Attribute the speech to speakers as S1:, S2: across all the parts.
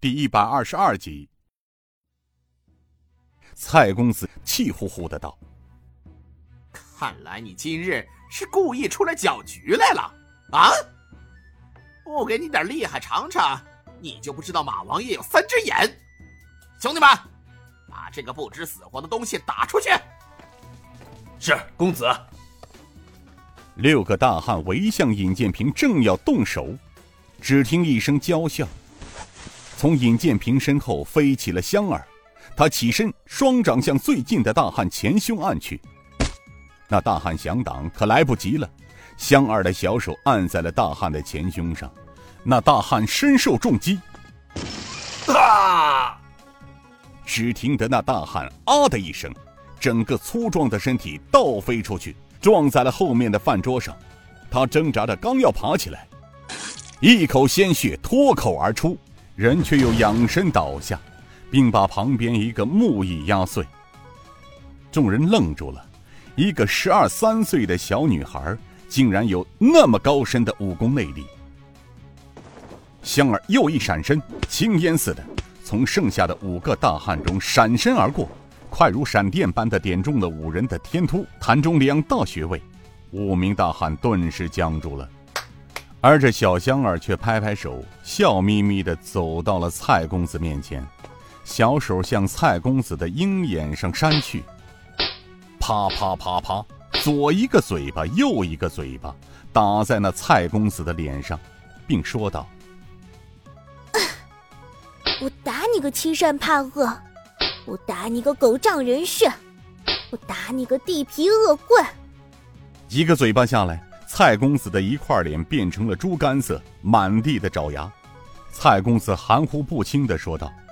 S1: 第122集。蔡公子气呼呼的道：
S2: 看来你今日是故意出来搅局来了啊！不给你点厉害尝尝，你就不知道马王爷有3只眼。兄弟们，把这个不知死活的东西打出去。
S3: 是，公子。
S1: 6个大汉围向尹建平，正要动手，只听一声娇笑，从尹建平身后飞起了香儿。他起身，双掌向最近的大汉前胸按去。那大汉想挡，可来不及了，香儿的小手按在了大汉的前胸上，那大汉身受重击。
S3: 啊！
S1: 只听得那大汉啊的一声，整个粗壮的身体倒飞出去，撞在了后面的饭桌上。他挣扎着刚要爬起来，一口鲜血脱口而出，人却又仰身倒下，并把旁边一个木椅压碎。众人愣住了，一个12、13岁的小女孩竟然有那么高深的武功内力。香儿又一闪身，青烟似的从剩下的5个大汉中闪身而过，快如闪电般的点中了5人的天突，弹中2道穴位。5名大汉顿时僵住了，而这小香儿却拍拍手，笑眯眯地走到了蔡公子面前，小手向蔡公子的鹰眼上扇去，啪啪啪啪，左一个嘴巴，右一个嘴巴，打在那蔡公子的脸上，并说道：
S4: 我打你个欺善怕恶，我打你个狗仗人势，我打你个地皮恶棍。
S1: 一个嘴巴下来，蔡公子的一块脸变成了猪肝色，满地的爪牙。蔡公子含糊不清地说道：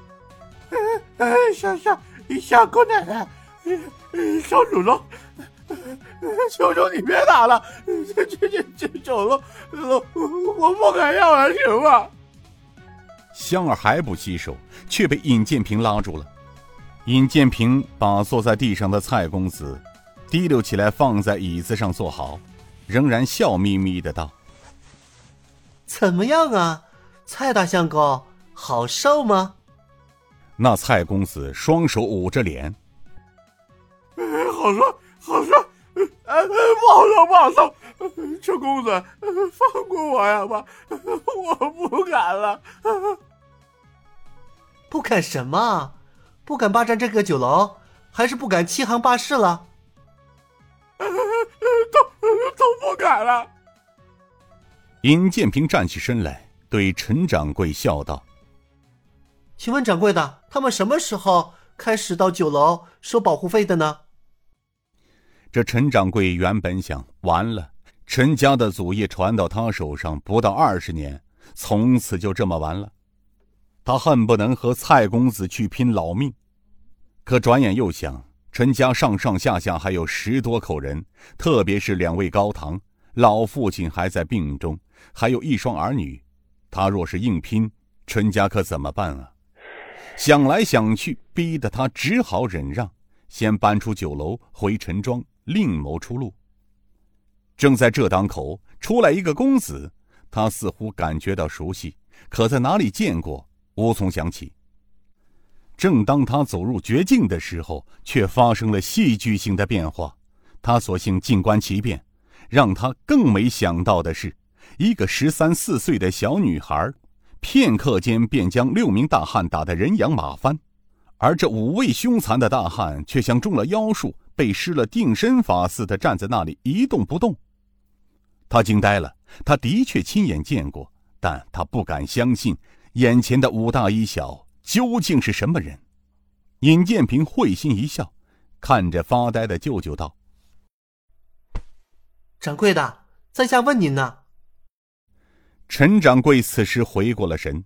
S3: 小姑奶奶，小主公，求求你别打了，这酒了，我不敢要了，行吗？
S1: 香儿还不洗手，却被尹建平拉住了。尹建平把坐在地上的蔡公子提溜起来，放在椅子上坐好，仍然笑眯眯的道：
S5: 怎么样啊，蔡大相公，好受吗？
S1: 那蔡公子双手捂着脸：
S3: 好受，好受，不好受，这公子放过我呀吧，我不敢了。
S5: 不敢什么？不敢霸占这个酒楼，还是不敢欺行霸市了？
S3: 都不敢了。
S1: 尹建平站起身来，对陈掌柜笑道：
S5: 请问掌柜的，他们什么时候开始到酒楼收保护费的呢？
S1: 这陈掌柜原本想，完了，陈家的祖业传到他手上不到20年，从此就这么完了。他恨不能和蔡公子去拼老命，可转眼又想，陈家上上下下还有10多口人，特别是2位高堂，老父亲还在病中，还有1双儿女，他若是硬拼，陈家可怎么办啊？想来想去，逼得他只好忍让，先搬出酒楼回陈庄，另谋出路。正在这当口，出来一个公子，他似乎感觉到熟悉，可在哪里见过，无从想起。正当他走入绝境的时候，却发生了戏剧性的变化。他索性静观其变，让他更没想到的是，一个13、14岁的小女孩，片刻间便将6名大汉打得人仰马翻，而这5位凶残的大汉却像中了妖术，被施了定身法似的站在那里一动不动。他惊呆了，他的确亲眼见过，但他不敢相信眼前的5大1小究竟是什么人。尹建平会心一笑，看着发呆的舅舅道：
S5: 掌柜的，在下问您呢。
S1: 陈掌柜此时回过了神。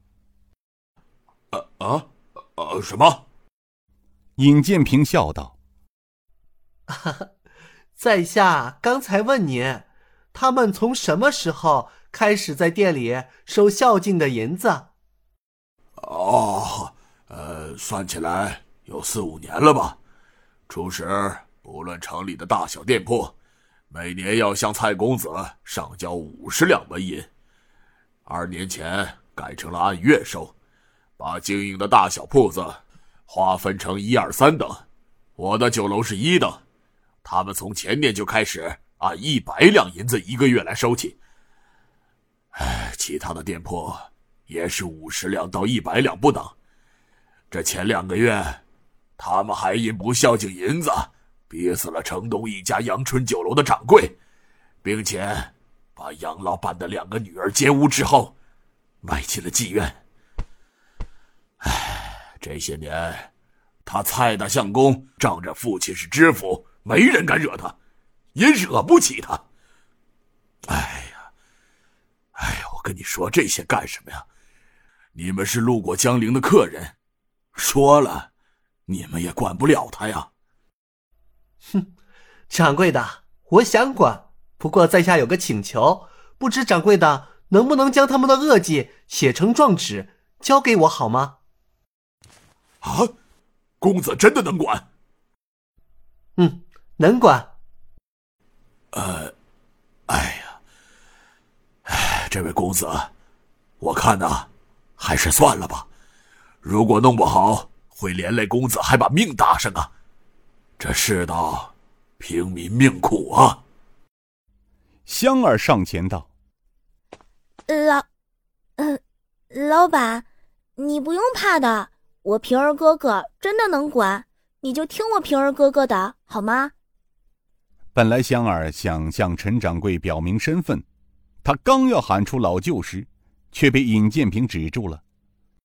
S3: 什么？
S1: 尹建平笑道：
S5: 在下刚才问您，他们从什么时候开始在店里收孝敬的银子？
S3: 算起来有4、5年了吧。初时不论城里的大小店铺，每年要向蔡公子上交50两纹银。2年前改成了按月收， 把经营的大小铺子划分成1、2、3等，我的酒楼是1等。他们从前年就开始按100两银子1个月来收起。其他的店铺也是50两到100两不等。这前2个月，他们还因不孝敬银子，逼死了城东一家阳春酒楼的掌柜，并且把杨老板的2个女儿奸污之后，卖进了妓院。这些年，他蔡大相公仗着父亲是知府，没人敢惹他，也惹不起他。我跟你说这些干什么呀？你们是路过江陵的客人，说了，你们也管不了他呀。
S5: 哼，掌柜的，我想管，不过在下有个请求，不知掌柜的能不能将他们的恶迹写成状纸，交给我好吗？
S3: 公子真的能管？
S5: 能管。
S3: 这位公子，我看还是算了吧。如果弄不好，会连累公子还把命搭上啊。这世道，平民命苦啊。
S1: 香儿上前道：
S4: 老板，你不用怕的，我平儿哥哥真的能管，你就听我平儿哥哥的好吗？
S1: 本来香儿想向陈掌柜表明身份，他刚要喊出老舅时，却被尹建平止住了。